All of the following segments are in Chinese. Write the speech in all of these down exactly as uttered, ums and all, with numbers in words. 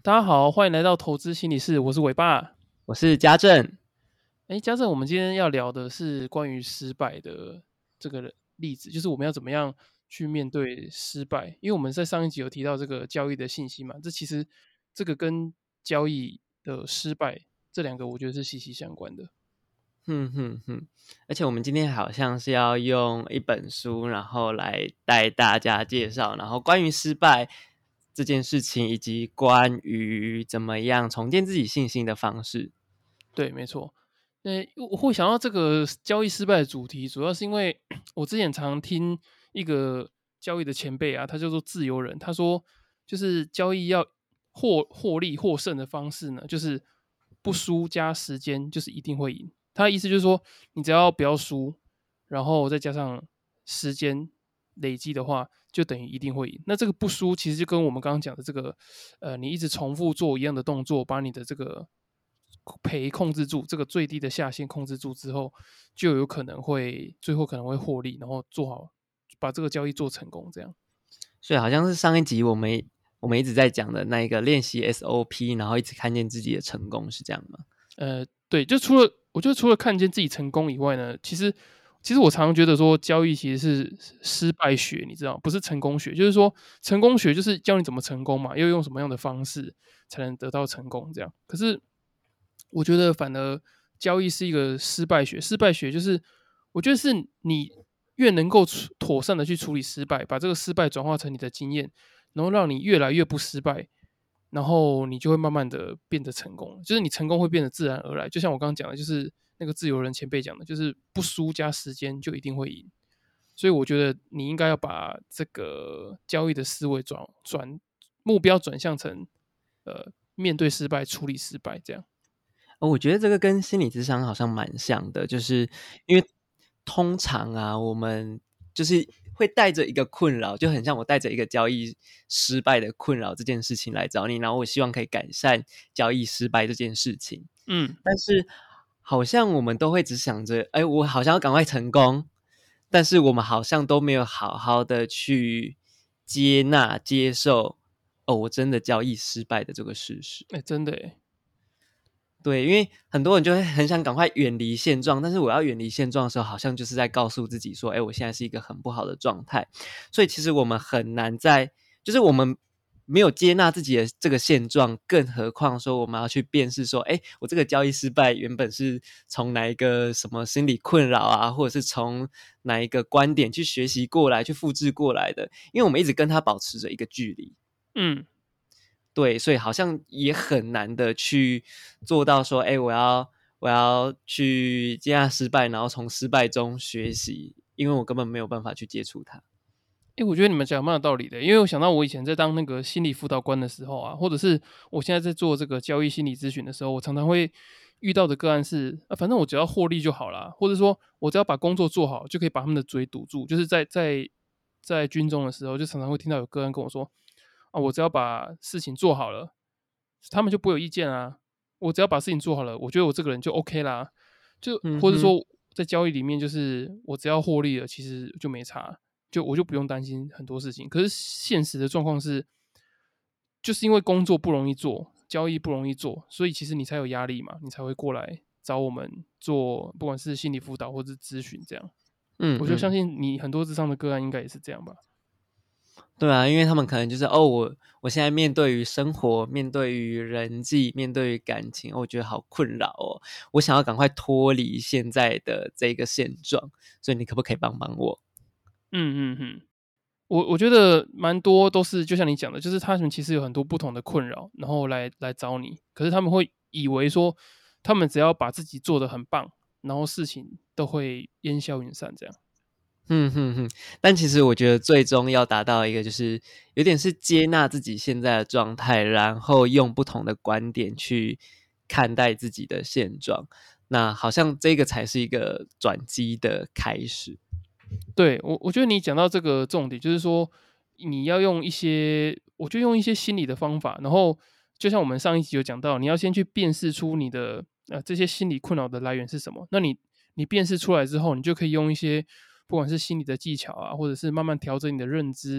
大家好，欢迎来到投资心理室，我是伟爸。 我是家政。 哎，家政，我们今天要聊的是关于失败的这个例子，就是我们要怎么样去面对失败。因为我们在上一集有提到这个交易的信息嘛，这其实这个跟交易的失败这两个，我觉得是息息相关的。 哼哼哼，而且我们今天好像是要用一本书，然后来带大家介绍，然后关于失败这件事情，以及关于怎么样重建自己信心的方式。 对，没错。呃，我会想到这个交易失败的主题，主要是因为我之前常听一个交易的前辈啊，他叫做自由人，他说就是交易要获获利获胜的方式呢，就是不输加时间，就是一定会赢。他的意思就是说，你只要不要输，然后再加上时间累积的话，就等于一定会赢。那这个不输，其实就跟我们刚刚讲的这个，呃，你一直重复做一样的动作，把你的这个赔控制住，这个最低的下限控制住之后，就有可能会最后可能会获利，然后做好把这个交易做成功，这样。 所以好像是上一集我们我们一直在讲的那一个练习 S O P， 然后一直看见自己的成功，是这样吗？ 呃，对，就除了我觉得除了看见自己成功以外呢，其实其实我常常觉得说交易其实是失败学，你知道，不是成功学。就是说成功学就是教你怎么成功嘛，要用什么样的方式才能得到成功这样。可是我觉得反而交易是一个失败学，失败学就是我觉得是你越能够妥善的去处理失败，把这个失败转化成你的经验，然后让你越来越不失败，然后你就会慢慢的变得成功，就是你成功会变得自然而然。就像我刚刚讲的，就是那个自由人前辈讲的，就是不输加时间就一定会赢。所以我觉得你应该要把这个交易的思维转转目标转向成呃面对失败、处理失败这样。 哦，我觉得这个跟心理咨商好像蛮像的，就是因为通常啊，我们就是会带着一个困扰，就很像我带着一个交易失败的困扰这件事情来找你，然后我希望可以改善交易失败这件事情。 嗯， 但是好像我们都会只想着，哎，我好像要赶快成功，但是我们好像都没有好好的去接纳、接受，哦，我真的交易失败的这个事实。 哎、真的哎， 对，因为很多人就会很想赶快远离现状，但是我要远离现状的时候，好像就是在告诉自己说，哎，我现在是一个很不好的状态。所以其实我们很难在，就是我们没有接纳自己的这个现状，更何况说我们要去辨识说，哎，我这个交易失败原本是从哪一个什么心理困扰啊，或者是从哪一个观点去学习过来、去复制过来的，因为我们一直跟他保持着一个距离。 嗯。 对，所以好像也很难的去做到说，哎，我要我要去接纳失败，然后从失败中学习，因为我根本没有办法去接触它。 哎、我觉得你们讲蛮有道理的，因为我想到我以前在当那个心理辅导官的时候啊，或者是我现在在做这个交易心理咨询的时候，我常常会遇到的个案是，啊、反正我只要获利就好啦，或者说我只要把工作做好，就可以把他们的嘴堵住。就是在在在军中的时候，就常常会听到有个案跟我说，啊，我只要把事情做好了，他们就不会有意见啊。我只要把事情做好了，我觉得我这个人就 OK 啦。就嗯哼。 或者说在交易里面，就是我只要获利了，其实就没差。就我就不用担心很多事情。可是现实的状况是，就是因为工作不容易做，交易不容易做，所以其实你才有压力嘛，你才会过来找我们做，不管是心理辅导或是咨询这样。我就相嗯嗯。 信你很多智商的个案应该也是这样吧。 对啊，因为他们可能就是哦，我我现在面对于生活，面对于人际，面对于感情，哦我觉得好困扰哦，我想要赶快脱离现在的这个现状，所以你可不可以帮帮我？ 嗯嗯嗯，我我觉得蛮多都是就像你讲的，就是他们其实有很多不同的困扰，然后来来找你，可是他们会以为说，他们只要把自己做得很棒，然后事情都会烟消云散这样。 嗯哼哼，但其实我觉得最终要达到一个，就是有点是接纳自己现在的状态，然后用不同的观点去看待自己的现状。那好像这个才是一个转机的开始。 对，我我觉得你讲到这个重点，就是说你要用一些，我就用一些心理的方法，然后就像我们上一集有讲到，你要先去辨识出你的呃这些心理困扰的来源是什么。那你你辨识出来之后，你就可以用一些不管是心理的技巧啊，或者是慢慢调整你的认知，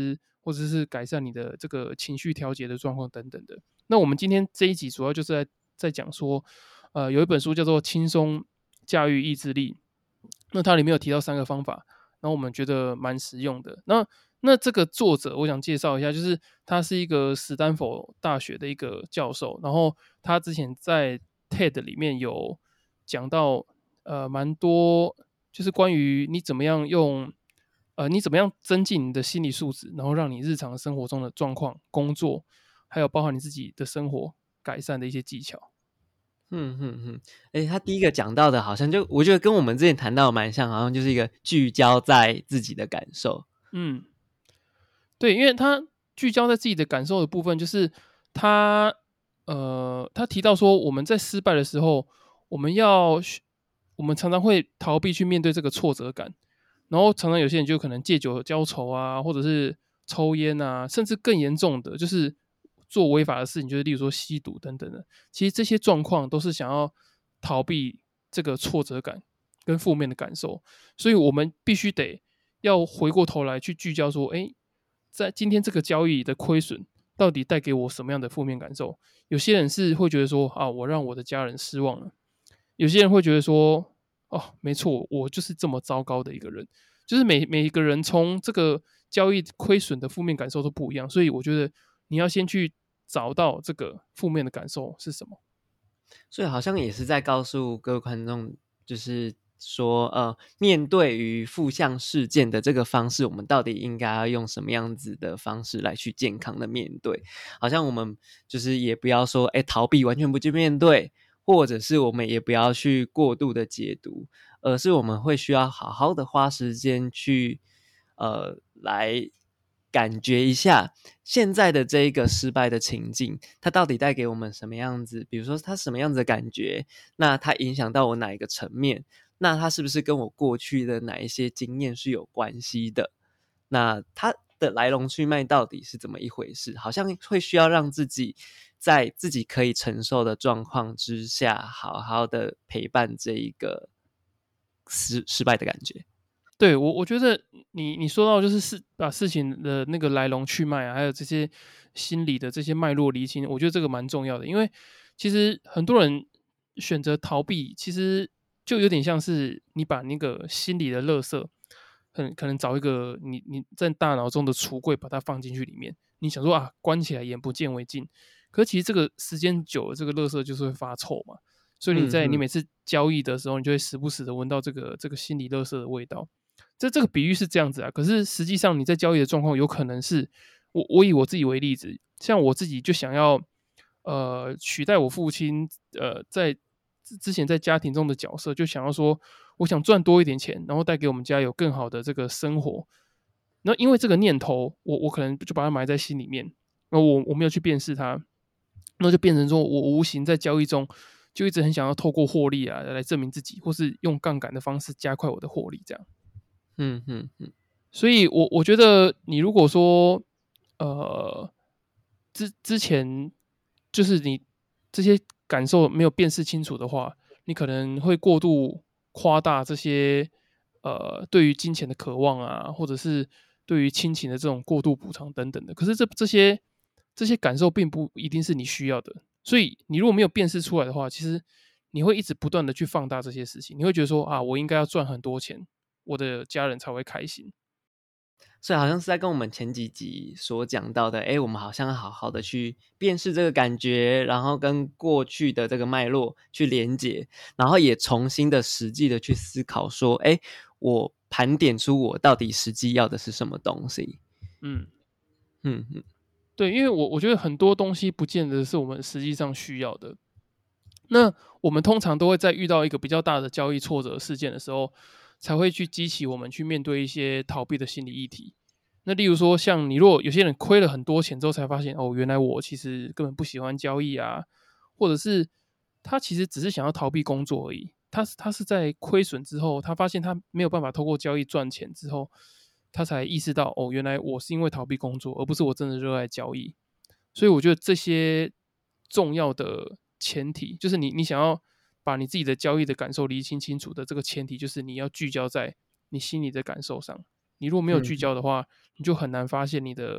或者是改善你的这个情绪调节的状况等等的。那我们今天这一集主要就是在在讲说，呃，有一本书叫做《轻松驾驭意志力》，那它里面有提到三个方法，然后我们觉得蛮实用的。那那这个作者我想介绍一下，就是他是一个史丹佛大学的一个教授，然后他之前在 TED 里面有讲到呃蛮多，就是关于你怎么样用呃你怎么样增进你的心理素质，然后让你日常生活中的状况、工作，还有包含你自己的生活改善的一些技巧。 嗯嗯嗯，哎，他第一个讲到的，好像就我觉得跟我们之前谈到的蛮像，好像就是一个聚焦在自己的感受。 嗯，对，因为他聚焦在自己的感受的部分，就是他呃，他提到说，我们在失败的时候，我们要我们常常会逃避去面对这个挫折感，然后常常有些人就可能借酒浇愁啊，或者是抽烟啊，甚至更严重的就是做违法的事情，就是例如说吸毒等等的。其实这些状况都是想要逃避这个挫折感跟负面的感受，所以我们必须得要回过头来去聚焦说，哎，在今天这个交易的亏损到底带给我什么样的负面感受？有些人是会觉得说啊，我让我的家人失望了；有些人会觉得说，哦，没错，我就是这么糟糕的一个人。就是每每一个人从这个交易亏损的负面感受都不一样，所以我觉得你要先去找到这个负面的感受是什么。 所以好像也是在告诉各位观众，就是说，呃，面对于负向事件的这个方式，我们到底应该要用什么样子的方式来去健康的面对？好像我们就是也不要说，哎，逃避，完全不去面对，或者是我们也不要去过度的解读，而是我们会需要好好的花时间去，呃，来感觉一下现在的这一个失败的情境，它到底带给我们什么样子？比如说它什么样子的感觉？那它影响到我哪一个层面？那它是不是跟我过去的哪一些经验是有关系的？那它的来龙去脉到底是怎么一回事？好像会需要让自己在自己可以承受的状况之下，好好的陪伴这一个失失败的感觉。 对，我我觉得你你说到就是事把事情的那个来龙去脉啊，还有这些心理的这些脉络厘清，我觉得这个蛮重要的。因为其实很多人选择逃避，其实就有点像是你把那个心理的垃圾，很可能找一个你你在大脑中的橱柜，把它放进去里面。你想说啊，关起来眼不见为净，可是其实这个时间久了，这个垃圾就是会发臭嘛。所以你嗯哼， 在你每次交易的时候，你就会时不时的闻到这个这个心理垃圾的味道。这这个比喻是这样子啊，可是实际上你在交易的状况有可能是，我我以我自己为例子，像我自己就想要呃取代我父亲呃在之之前在家庭中的角色，就想要说我想赚多一点钱，然后带给我们家有更好的这个生活。那因为这个念头，我我可能就把它埋在心里面，那我我没有去辨识它，那就变成说我无形在交易中就一直很想要透过获利啊来证明自己，或是用杠杆的方式加快我的获利，这样。 嗯哼嗯所以我我觉得你如果说，呃，之之前就是你这些感受没有辨识清楚的话，你可能会过度夸大这些呃对于金钱的渴望啊，或者是对于亲情的这种过度补偿等等的。可是这这些这些感受并不一定是你需要的，所以你如果没有辨识出来的话，其实你会一直不断的去放大这些事情，你会觉得说啊，我应该要赚很多钱，我的家人才会开心。 所以好像是在跟我们前几集所讲到的，诶，我们好像要好好的去辨识这个感觉，然后跟过去的这个脉络去连结，然后也重新的实际的去思考说，诶，我盘点出我到底实际要的是什么东西。 嗯， 嗯嗯对，因为我我觉得很多东西不见得是我们实际上需要的。那我们通常都会在遇到一个比较大的交易挫折事件的时候，才会去激起我们去面对一些逃避的心理议题。那例如说，像你如果有些人亏了很多钱之后，才发现哦，原来我其实根本不喜欢交易啊，或者是他其实只是想要逃避工作而已。他他是在亏损之后，他发现他没有办法透过交易赚钱之后，他才意识到哦，原来我是因为逃避工作，而不是我真的热爱交易。所以我觉得这些重要的前提，就是你你想要把你自己的交易的感受厘清清楚的这个前提，就是你要聚焦在你心里的感受上。你如果没有聚嗯。 焦的话，你就很难发现你的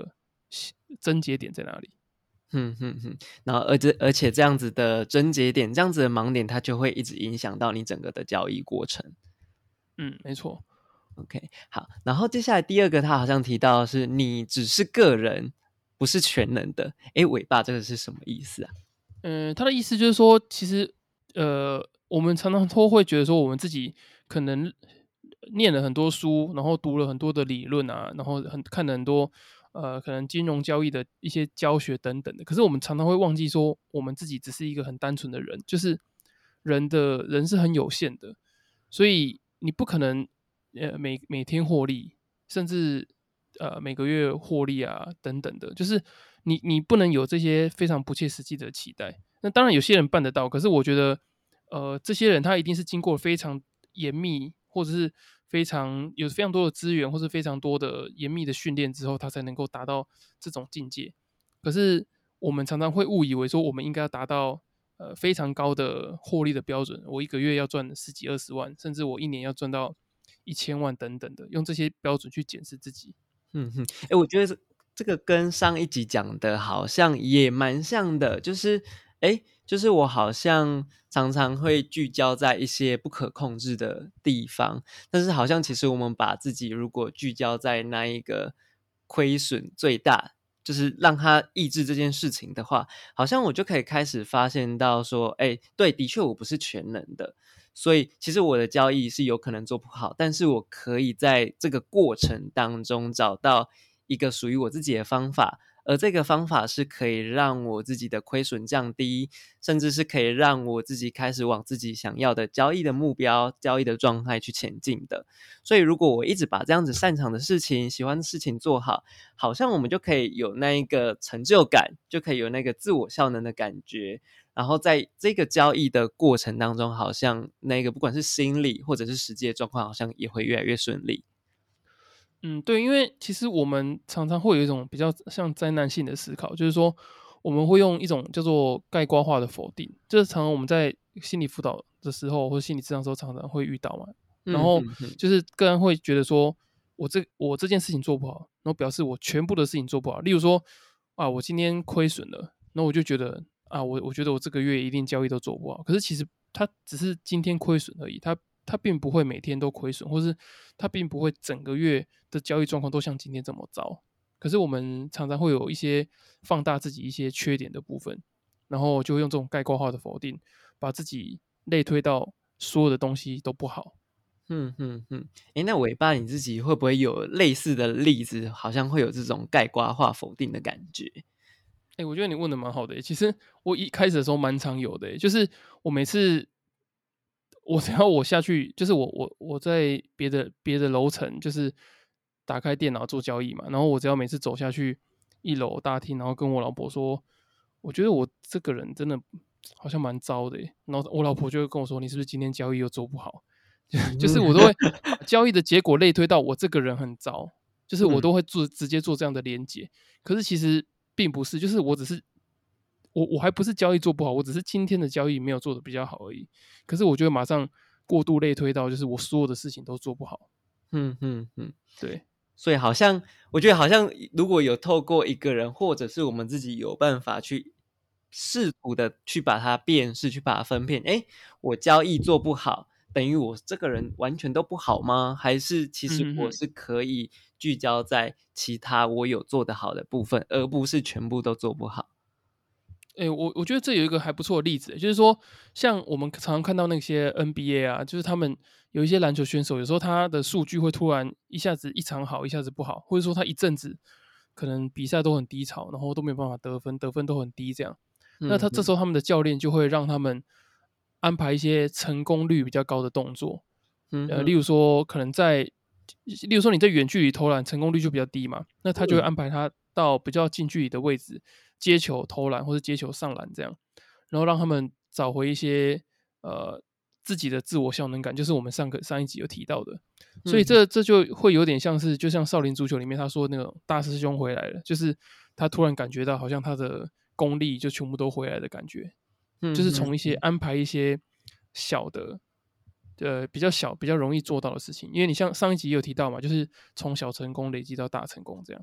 症结点在哪里。 嗯嗯嗯，然后而且而且这样子的症结点，这样子的盲点，它就会一直影响到你整个的交易过程。 嗯，没错。 OK， 好，然后接下来第二个，他好像提到的是你只是个人，不是全能的。诶，尾巴这个是什么意思啊？ 嗯，他的意思就是说，其实呃，我们常常都会觉得说，我们自己可能念了很多书，然后读了很多的理论啊，然后很看了很多呃，可能金融交易的一些教学等等的。可是我们常常会忘记说，我们自己只是一个很单纯的人，就是人的人是很有限的，所以你不可能呃每每天获利，甚至呃每个月获利啊等等的，就是你你不能有这些非常不切实际的期待。那当然有些人办得到，可是我觉得呃这些人他一定是经过非常严密或者是非常有非常多的资源，或是非常多的严密的训练之后，他才能够达到这种境界。可是我们常常会误以为说，我们应该要达到呃非常高的获利的标准，我一个月要赚十几二十万，甚至我一年要赚到一千万等等的，用这些标准去检视自己。 嗯哼，哎，我觉得这这个跟上一集讲的好像也蛮像的，就是哎，就是我好像常常会聚焦在一些不可控制的地方，但是好像其实我们把自己如果聚焦在那一个亏损最大，就是让它抑制这件事情的话，好像我就可以开始发现到说，哎，对，的确我不是全能的。所以其实我的交易是有可能做不好，但是我可以在这个过程当中找到一个属于我自己的方法，而这个方法是可以让我自己的亏损降低，甚至是可以让我自己开始往自己想要的交易的目标、交易的状态去前进的。所以如果我一直把这样子擅长的事情、喜欢的事情做好，好像我们就可以有那一个成就感，就可以有那个自我效能的感觉。然后在这个交易的过程当中，好像那个不管是心理或者是实际的状况，好像也会越来越顺利。 嗯，对，因为其实我们常常会有一种比较像灾难性的思考，就是说我们会用一种叫做概括化的否定，就是常常我们在心理辅导的时候或者心理治疗的时候常常会遇到嘛。然后嗯嗯嗯就是个人会觉得说，我这我这件事情做不好，然后表示我全部的事情做不好。例如说啊，我今天亏损了，那我就觉得啊，我我觉得我这个月一定交易都做不好。可是其实它只是今天亏损而已，它它并不会每天都亏损，或是它并不会整个月的交易状况都像今天这么糟。可是我们常常会有一些放大自己一些缺点的部分，然后就会用这种概括化的否定，把自己类推到所有的东西都不好。 嗯嗯嗯。诶，那尾巴你自己会不会有类似的例子？好像会有这种概括化否定的感觉。 哎、我觉得你问的蛮好的、欸。其实我一开始的时候蛮常有的、欸，就是我每次我只要我下去，就是我我我在别的别的楼层，就是打开电脑做交易嘛，然后我只要每次走下去一楼大厅，然后跟我老婆说，我觉得我这个人真的好像蛮糟的、欸，然后我老婆就会跟我说，你是不是今天交易又做不好？就是我都会把交易的结果类推到我这个人很糟，就是我嗯都会做直接做这样的连结。可是其实并不是，就是我只是我我还不是交易做不好，我只是今天的交易没有做的比较好而已。可是我就会马上过度类推到，就是我所有的事情都做不好。 嗯嗯嗯。 对， 所以好像我觉得好像如果有透过一个人，或者是我们自己有办法去试图的去把它辨识，去把它分辨，诶，我交易做不好，等于我这个人完全都不好吗？还是其实嗯哼哼。 我是可以聚焦在其他我有做得好的部分，而不是全部都做不好？ 诶，我我觉得这有一个还不错的例子，就是说，像我们常常看到那些 N B A 啊，就是他们有一些篮球选手，有时候他的数据会突然一下子一场好，一下子不好，或者说他一阵子可能比赛都很低潮，然后都没有办法得分，得分都很低这样。那他这嗯嗯时候他们的教练就会让他们安排一些成功率比较高的动作，呃，例嗯哼如说可能在，例如说你在远距离投篮成功率就比较低嘛，那他就会嗯安排他到比较近距离的位置接球投篮或者接球上篮这样，然后让他们找回一些呃自己的自我效能感，就是我们上个上一集有提到的，所以嗯这这就会有点像是就像少林足球里面他说那种大师兄回来了，就是他突然感觉到好像他的功力就全部都回来的感觉，就是从一些嗯嗯安排一些小的。呃，比较小、比较容易做到的事情，因为你像上一集也有提到嘛，就是从小成功累积到大成功这样。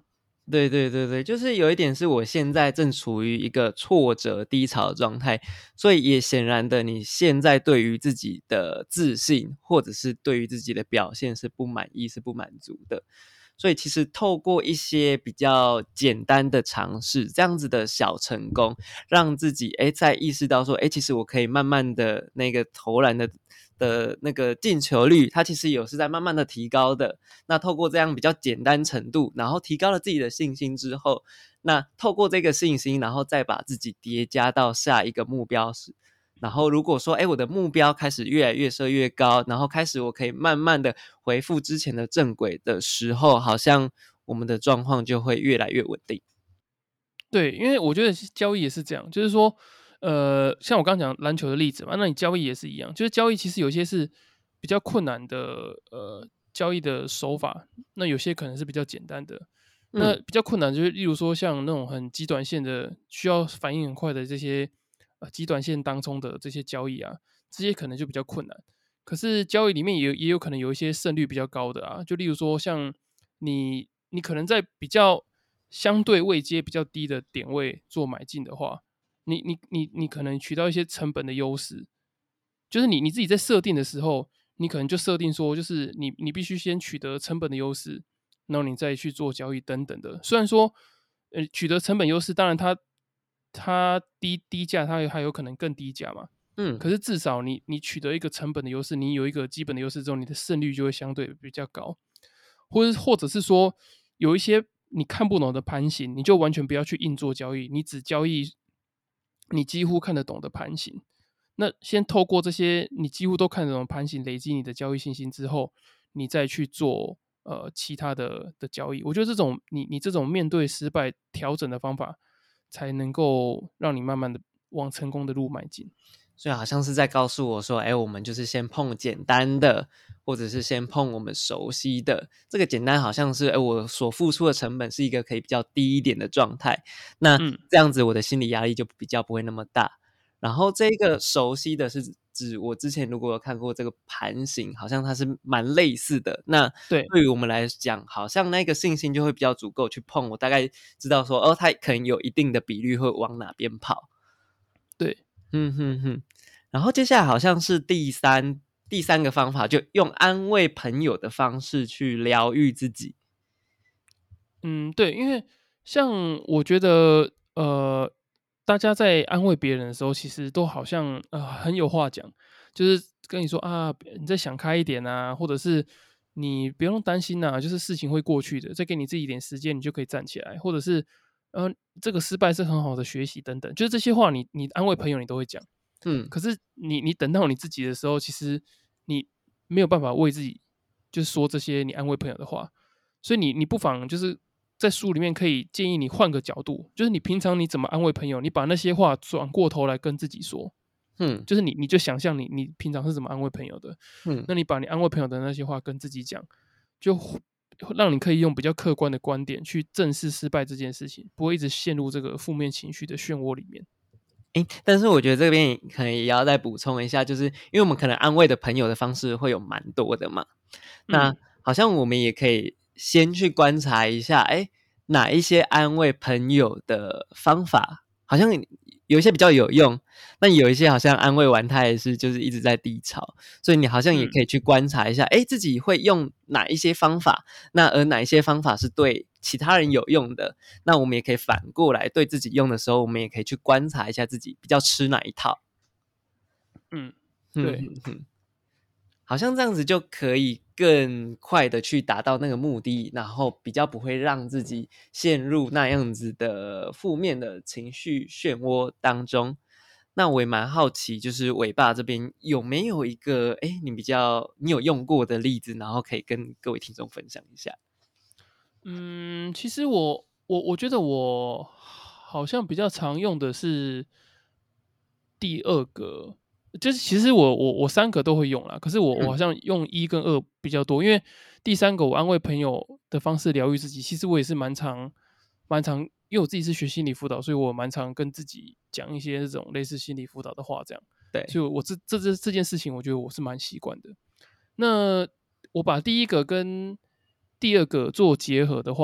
对对对对，就是有一点是我现在正处于一个挫折低潮的状态，所以也显然的，你现在对于自己的自信，或者是对于自己的表现是不满意、是不满足的。所以其实透过一些比较简单的尝试，这样子的小成功，让自己诶在意识到说，诶其实我可以慢慢的那个投篮的的那个进球率，它其实有是在慢慢的提高的。那透过这样比较简单程度，然后提高了自己的信心之后，那透过这个信心，然后再把自己叠加到下一个目标时，然后如果说，哎，我的目标开始越来越设越高，然后开始我可以慢慢的回复之前的正轨的时候，好像我们的状况就会越来越稳定。 对，因为我觉得交易也是这样，就是说，呃，像我刚刚讲篮球的例子嘛，那你交易也是一样，就是交易其实有些是比较困难的，呃，交易的手法，那有些可能是比较简单的。那嗯比较困难就是例如说像那种很极短线的，需要反应很快的这些呃极短线当中的这些交易啊，这些可能就比较困难。可是交易里面也有也有可能有一些胜率比较高的啊，就例如说像你你可能在比较相对位阶比较低的点位做买进的话，你你你你可能取到一些成本的优势，就是你你自己在设定的时候，你可能就设定说，就是你你必须先取得成本的优势，然后你再去做交易等等的。虽然说，呃，取得成本优势，当然它它低低价，它还有可能更低价嘛。 嗯可是至少你你取得一个成本的优势，你有一个基本的优势之后，你的胜率就会相对比较高。或者或者是说有一些你看不懂的盘型，你就完全不要去硬做交易，你只交易你几乎看得懂的盘型。那先透过这些你几乎都看得懂的盘型，累积你的交易信心之后，你再去做呃其他的的交易。我觉得这种你你这种面对失败调整的方法，才能够让你慢慢的往成功的路迈进。 所以好像是在告诉我说，哎，我们就是先碰简单的，或者是先碰我们熟悉的。这个简单好像是，哎，我所付出的成本是一个可以比较低一点的状态。那嗯， 这样子我的心理压力就比较不会那么大。然后这个熟悉的是指我之前如果有看过这个盘型，好像它是蛮类似的。那对对于我们来讲，好像那个信心就会比较足够去碰。我大概知道说，哦，它可能有一定的比率会往哪边跑。 对。 嗯哼哼，然后接下来好像是第三第三个方法，就用安慰朋友的方式去疗愈自己。 嗯，对，因为像我觉得，呃，大家在安慰别人的时候，其实都好像呃很有话讲，就是跟你说啊，你再想开一点啊，或者是你不用担心呐、就是事情会过去的，再给你自己一点时间，你就可以站起来，或者是呃这个失败是很好的学习等等，就是这些话你你安慰朋友你都会讲， 嗯可是你你等到你自己的时候，其实你没有办法为自己就是说这些你安慰朋友的话，所以你你不妨就是在书里面可以建议你换个角度，就是你平常你怎么安慰朋友，你把那些话转过头来跟自己说， 嗯就是你你就想象你你平常是怎么安慰朋友的， 嗯， 那你把你安慰朋友的那些话跟自己讲，就让你可以用比较客观的观点去正视失败这件事情，不会一直陷入这个负面情绪的漩涡里面。 诶，但是我觉得这边可能也要再补充一下，就是因为我们可能安慰的朋友的方式会有蛮多的嘛。那嗯好像我们也可以先去观察一下，哎，哪一些安慰朋友的方法，好像有一些比较有用，那有一些好像安慰完他也是就是一直在低潮，所以你好像也嗯。 可以去观察一下，哎，自己会用哪一些方法，那而哪一些方法是对其他人有用的，那我们也可以反过来对自己用的时候，我们也可以去观察一下自己比较吃哪一套。 嗯， 嗯对， 哼哼。好像这样子就可以更快的去达到那个目的，然后比较不会让自己陷入那样子的负面的情绪漩涡当中。那我也蛮好奇，就是伟爸这边有没有一个，哎，你比较你有用过的例子，然后可以跟各位听众分享一下？ 嗯，其实我我我觉得我好像比较常用的是第二个，就是其实我我我三个都会用啦，可是我我好嗯像用一跟二比较多，因为第三个我安慰朋友的方式疗愈自己，其实我也是蛮常蛮常，因为我自己是学心理辅导，所以我蛮常跟自己讲一些这种类似心理辅导的话，这样，所对， 以我这这这这件事情，我觉得我是蛮习惯的。那我把第一个跟第二个做结合的话，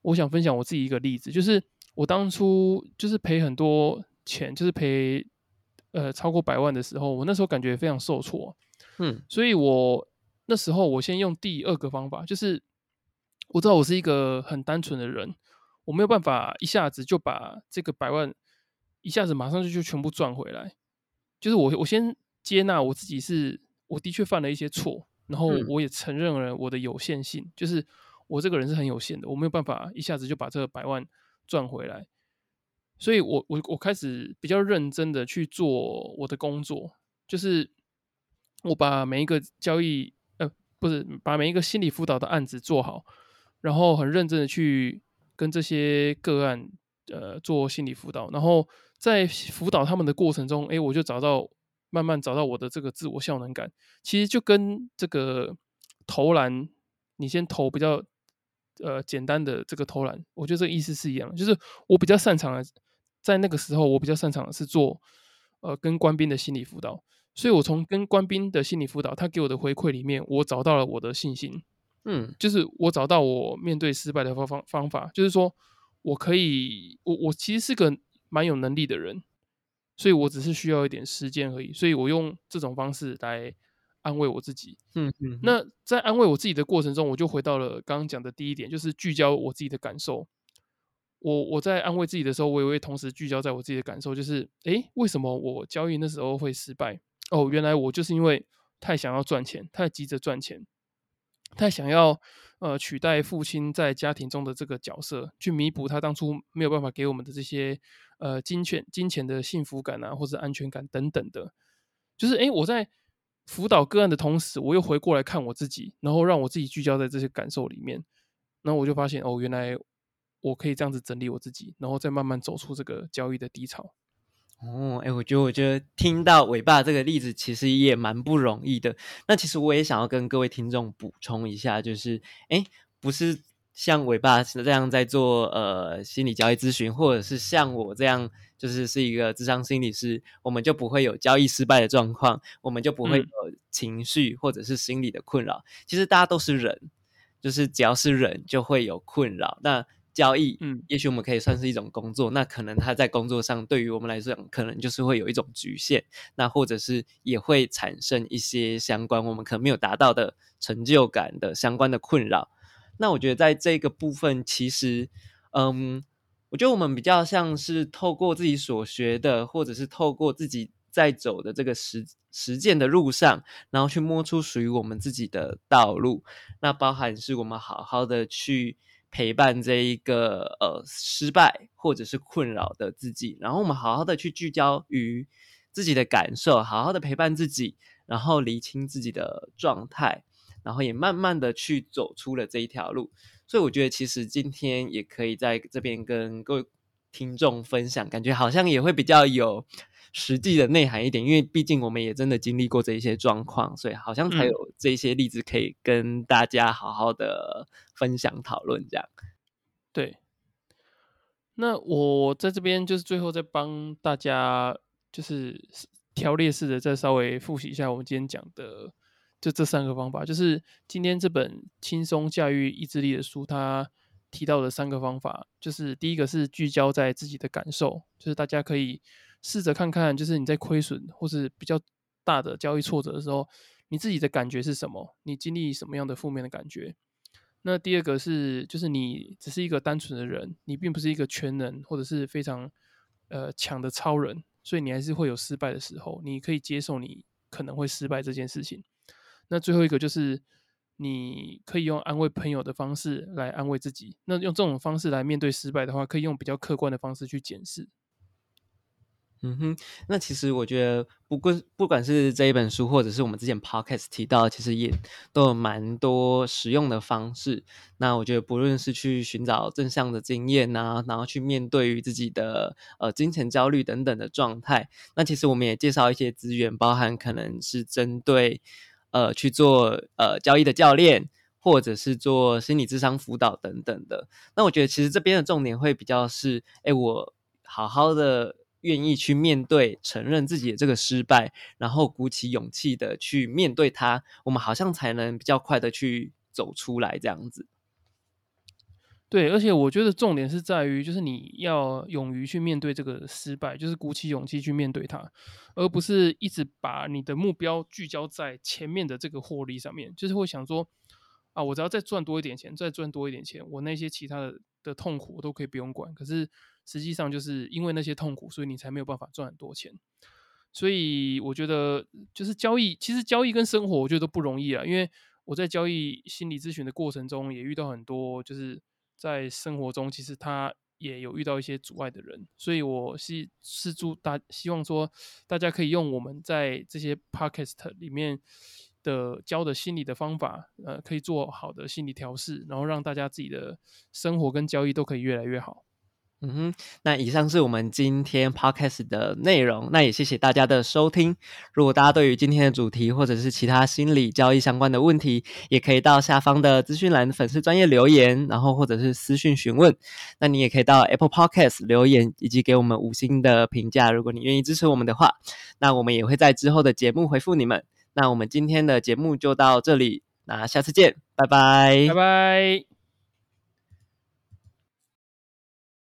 我想分享我自己一个例子，就是我当初就是赔很多钱，就是赔呃超过百万的时候，我那时候感觉非常受挫， 嗯所以我那时候我先用第二个方法，就是我知道我是一个很单纯的人，我没有办法一下子就把这个百万一下子马上就就全部赚回来，就是我我先接纳我自己是我的确犯了一些错，然后嗯我也承认了我的有限性，就是我这个人是很有限的，我没有办法一下子就把这个百万赚回来。所以我我我开始比较认真的去做我的工作，就是我把每一个交易，呃，不是把每一个心理辅导的案子做好，然后很认真的去跟这些个案，呃，做心理辅导，然后在辅导他们的过程中，诶，我就找到慢慢找到我的这个自我效能感。其实就跟这个投篮，你先投比较呃简单的这个投篮，我觉得这个意思是一样的，就是我比较擅长的，在那个时候我比较擅长的是做呃跟官兵的心理辅导，所以我从跟官兵的心理辅导他给我的回馈里面，我找到了我的信心， 嗯就是我找到我面对失败的方方方法，就是说我可以，我我其实是个蛮有能力的人，所以我只是需要一点时间而已，所以我用这种方式来安慰我自己。 嗯嗯嗯那在安慰我自己的过程中，我就回到了刚刚讲的第一点，就是聚焦我自己的感受。我我在安慰自己的时候，我也会同时聚焦在我自己的感受，就是诶，为什么我交易那时候会失败？哦，原来我就是因为太想要赚钱，太急着赚钱，太想要呃取代父亲在家庭中的这个角色，去弥补他当初没有办法给我们的这些呃金钱金钱的幸福感啊，或者安全感等等的。就是诶，我在辅导个案的同时，我又回过来看我自己，然后让我自己聚焦在这些感受里面，然后我就发现哦，原来我可以这样子整理我自己，然后再慢慢走出这个交易的低潮。 哦，哎，我觉得我觉得听到伟爸这个例子，其实也蛮不容易的。那其实我也想要跟各位听众补充一下，就是，哎，不是像伟爸这样在做呃心理交易咨询，或者是像我这样，就是是一个諮商心理师，我们就不会有交易失败的状况，我们就不会有嗯情绪或者是心理的困扰。其实大家都是人，就是只要是人就会有困扰。那交易， 嗯也许我们可以算是一种工作，那可能他在工作上对于我们来讲，可能就是会有一种局限，那或者是也会产生一些相关我们可能没有达到的成就感的相关的困扰。那我觉得在这个部分，其实，嗯，我觉得我们比较像是透过自己所学的，或者是透过自己在走的这个实实践的路上，然后去摸出属于我们自己的道路。那包含是我们好好的去陪伴这一个呃失败或者是困扰的自己，然后我们好好的去聚焦于自己的感受，好好的陪伴自己，然后厘清自己的状态，然后也慢慢的去走出了这一条路。所以我觉得其实今天也可以在这边跟各位听众分享，感觉好像也会比较有实际的内涵一点，因为毕竟我们也真的经历过这一些状况，所以好像才嗯， 有这些例子可以跟大家好好的分享讨论这样。 对。那我在这边就是最后再帮大家就是条列式的再稍微复习一下我们今天讲的就这三个方法，就是今天这本轻松驾驭意志力的书，它提到的三个方法，就是第一个是聚焦在自己的感受，就是大家可以试着看看，就是你在亏损或是比较大的交易挫折的时候，你自己的感觉是什么？你经历什么样的负面的感觉？那第二个是，就是你只是一个单纯的人，你并不是一个全能或者是非常呃强的超人，所以你还是会有失败的时候，你可以接受你可能会失败这件事情。那最后一个就是，你可以用安慰朋友的方式来安慰自己。那用这种方式来面对失败的话，可以用比较客观的方式去检视。 嗯哼，那其实我觉得，不过不管是这一本书，或者是我们之前 podcast 提到的，其实也都有蛮多实用的方式。那我觉得，不论是去寻找正向的经验呐、然后去面对于自己的呃金钱焦虑等等的状态，那其实我们也介绍一些资源，包含可能是针对呃去做呃交易的教练，或者是做心理咨商辅导等等的。那我觉得，其实这边的重点会比较是，哎，我好好的愿意去面对、承认自己的这个失败，然后鼓起勇气的去面对它，我们好像才能比较快的去走出来这样子。 对，而且我觉得重点是在于，就是你要勇于去面对这个失败，就是鼓起勇气去面对它，而不是一直把你的目标聚焦在前面的这个获利上面，就是会想说，啊，我只要再赚多一点钱，再赚多一点钱，我那些其他的的痛苦我都可以不用管。可是实际上就是因为那些痛苦，所以你才没有办法赚很多钱。所以我觉得就是交易，其实交易跟生活我觉得都不容易啊，因为我在交易心理咨询的过程中也遇到很多，就是在生活中其实他也有遇到一些阻碍的人，所以我是是祝大希望说大家可以用我们在这些 podcast 里面的教的心理的方法，呃，可以做好的心理调试，然后让大家自己的生活跟交易都可以越来越好。 嗯哼，那以上是我们今天 podcast 的内容，那也谢谢大家的收听。如果大家对于今天的主题或者是其他心理交易相关的问题，也可以到下方的资讯栏粉丝专页留言，然后或者是私讯询问。那你也可以到 Apple Podcast 留言，以及给我们五星的评价，如果你愿意支持我们的话，那我们也会在之后的节目回复你们。那我们今天的节目就到这里，那下次见，拜拜。 拜拜。